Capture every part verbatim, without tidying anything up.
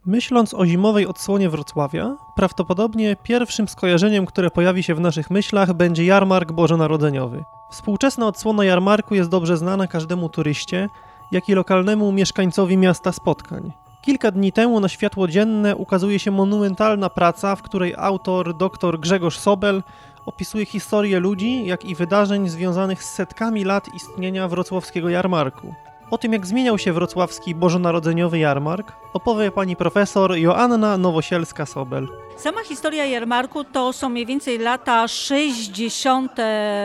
Myśląc o zimowej odsłonie Wrocławia, prawdopodobnie pierwszym skojarzeniem, które pojawi się w naszych myślach, będzie jarmark bożonarodzeniowy. Współczesna odsłona jarmarku jest dobrze znana każdemu turyście, jak i lokalnemu mieszkańcowi miasta spotkań. Kilka dni temu na światło dzienne ukazuje się monumentalna praca, w której autor dr Grzegorz Sobel opisuje historię ludzi, jak i wydarzeń związanych z setkami lat istnienia wrocławskiego jarmarku. O tym, jak zmieniał się wrocławski bożonarodzeniowy jarmark, opowie pani profesor Joanna Nowosielska-Sobel. Sama historia jarmarku to są mniej więcej lata sześćdziesiąte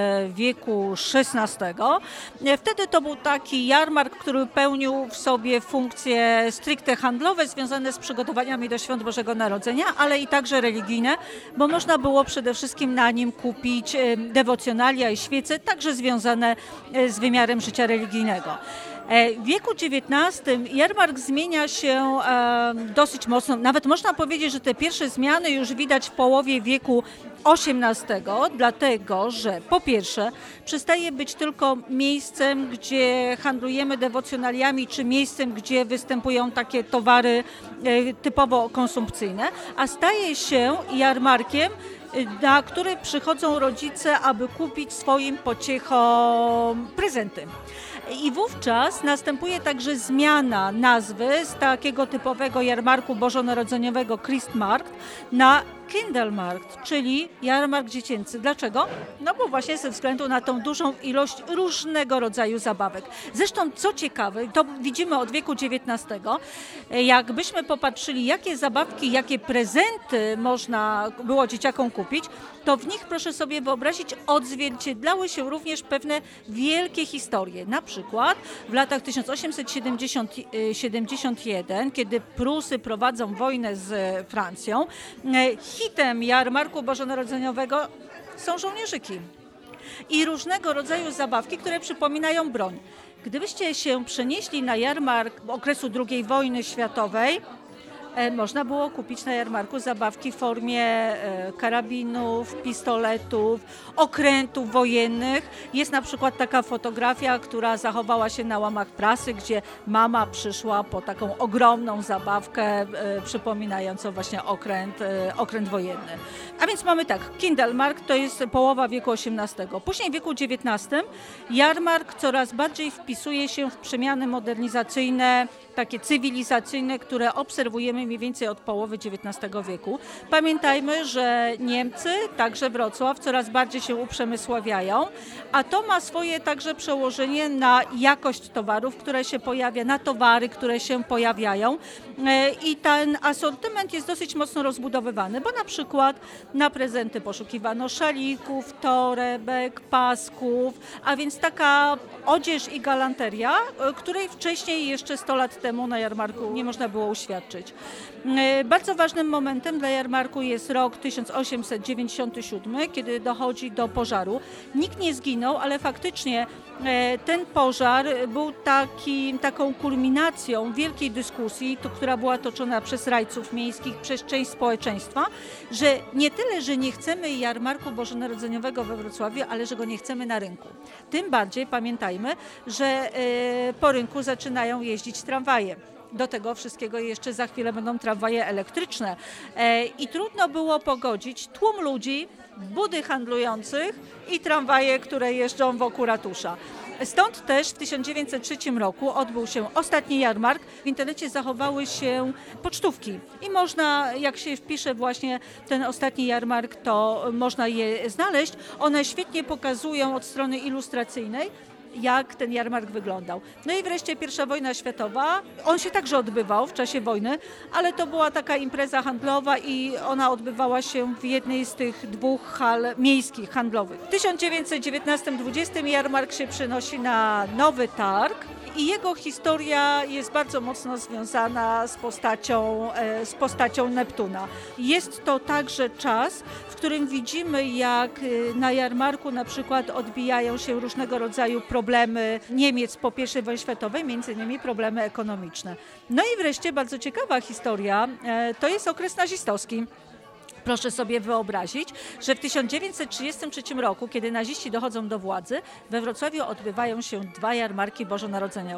wieku szesnastego. Wtedy to był taki jarmark, który pełnił w sobie funkcje stricte handlowe związane z przygotowaniami do Świąt Bożego Narodzenia, ale i także religijne, bo można było przede wszystkim na nim kupić dewocjonalia i świece, także związane z wymiarem życia religijnego. W wieku dziewiętnastym jarmark zmienia się e, dosyć mocno, nawet można powiedzieć, że te pierwsze zmiany już widać w połowie wieku osiemnastego, dlatego że po pierwsze przestaje być tylko miejscem, gdzie handlujemy dewocjonaliami, czy miejscem, gdzie występują takie towary e, typowo konsumpcyjne, a staje się jarmarkiem, na który przychodzą rodzice, aby kupić swoim pociechom prezenty. I wówczas następuje także zmiana nazwy z takiego typowego jarmarku bożonarodzeniowego Christmarkt na Kindermarkt, czyli jarmark dziecięcy. Dlaczego? No bo właśnie ze względu na tą dużą ilość różnego rodzaju zabawek. Zresztą co ciekawe, to widzimy od wieku dziewiętnastego, jakbyśmy popatrzyli, jakie zabawki, jakie prezenty można było dzieciakom kupić, to w nich, proszę sobie wyobrazić, odzwierciedlały się również pewne wielkie historie. Na przykład w latach tysiąc osiemset siedemdziesiątym pierwszym, kiedy Prusy prowadzą wojnę z Francją, hitem jarmarku bożonarodzeniowego są żołnierzyki i różnego rodzaju zabawki, które przypominają broń. Gdybyście się przenieśli na jarmark okresu drugiej wojny światowej, można było kupić na jarmarku zabawki w formie karabinów, pistoletów, okrętów wojennych. Jest na przykład taka fotografia, która zachowała się na łamach prasy, gdzie mama przyszła po taką ogromną zabawkę przypominającą właśnie okręt, okręt wojenny. A więc mamy tak, Kindermarkt to jest połowa wieku osiemnastego. Później w wieku dziewiętnastym jarmark coraz bardziej wpisuje się w przemiany modernizacyjne, takie cywilizacyjne, które obserwujemy mniej więcej od połowy dziewiętnastego wieku. Pamiętajmy, że Niemcy, także Wrocław, coraz bardziej się uprzemysławiają, a to ma swoje także przełożenie na jakość towarów, które się pojawia, na towary, które się pojawiają i ten asortyment jest dosyć mocno rozbudowywany, bo na przykład na prezenty poszukiwano szalików, torebek, pasków, a więc taka odzież i galanteria, której wcześniej jeszcze sto lat temu na jarmarku nie można było uświadczyć. Bardzo ważnym momentem dla jarmarku jest rok tysiąc osiemset dziewięćdziesiąty siódmy, kiedy dochodzi do pożaru. Nikt nie zginął, ale faktycznie ten pożar był taki, taką kulminacją wielkiej dyskusji, to, która była toczona przez rajców miejskich, przez część społeczeństwa, że nie tyle, że nie chcemy jarmarku bożonarodzeniowego we Wrocławiu, ale że go nie chcemy na rynku. Tym bardziej pamiętajmy, że po rynku zaczynają jeździć tramwaje. Do tego wszystkiego jeszcze za chwilę będą tramwaje elektryczne. I trudno było pogodzić tłum ludzi, budy handlujących i tramwaje, które jeżdżą wokół ratusza. Stąd też w tysiąc dziewięćset trzecim roku odbył się ostatni jarmark. W internecie zachowały się pocztówki i można, jak się wpisze właśnie ten ostatni jarmark, to można je znaleźć. One świetnie pokazują od strony ilustracyjnej, jak ten jarmark wyglądał. No i wreszcie pierwsza wojna światowa. On się także odbywał w czasie wojny, ale to była taka impreza handlowa i ona odbywała się w jednej z tych dwóch hal miejskich, handlowych. W tysiąc dziewięćset dziewiętnastym dwudziestym jarmark się przenosi na Nowy Targ i jego historia jest bardzo mocno związana z postacią, z postacią Neptuna. Jest to także czas, w którym widzimy, jak na jarmarku na przykład odbijają się różnego rodzaju problemy Niemiec po pierwszej wojnie światowej, między innymi problemy ekonomiczne. No i wreszcie bardzo ciekawa historia, to jest okres nazistowski. Proszę sobie wyobrazić, że w tysiąc dziewięćset trzydziestym trzecim roku, kiedy naziści dochodzą do władzy, we Wrocławiu odbywają się dwa jarmarki bożonarodzeniowe.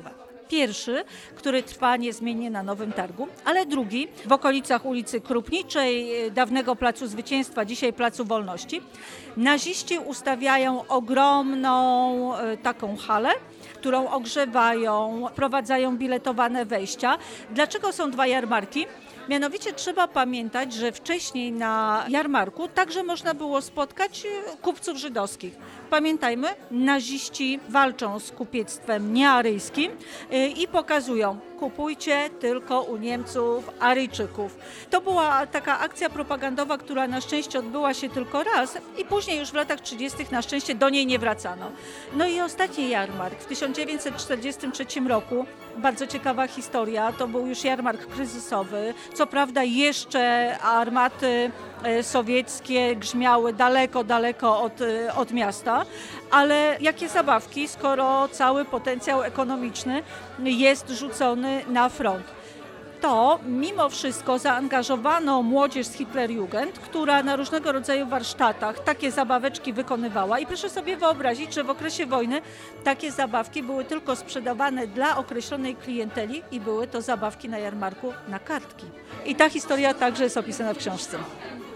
pierwszy, który trwa niezmiennie na Nowym Targu, ale drugi w okolicach ulicy Krupniczej, dawnego Placu Zwycięstwa, dzisiaj Placu Wolności. Naziści ustawiają ogromną taką halę, którą ogrzewają, wprowadzają biletowane wejścia. Dlaczego są dwa jarmarki? Mianowicie trzeba pamiętać, że wcześniej na jarmarku także można było spotkać kupców żydowskich. Pamiętajmy, naziści walczą z kupiectwem niearyjskim i pokazują: kupujcie tylko u Niemców, Aryjczyków. To była taka akcja propagandowa, która na szczęście odbyła się tylko raz i później już w latach trzydziestych na szczęście do niej nie wracano. No i ostatni jarmark w tysiąc dziewięćset czterdziestym trzecim roku, bardzo ciekawa historia, to był już jarmark kryzysowy. Co prawda jeszcze armaty sowieckie grzmiały daleko, daleko od, od miasta, ale jakie zabawki, skoro cały potencjał ekonomiczny jest rzucony na front. To mimo wszystko zaangażowano młodzież z Hitlerjugend, która na różnego rodzaju warsztatach takie zabaweczki wykonywała i proszę sobie wyobrazić, że w okresie wojny takie zabawki były tylko sprzedawane dla określonej klienteli i były to zabawki na jarmarku na kartki. I ta historia także jest opisana w książce.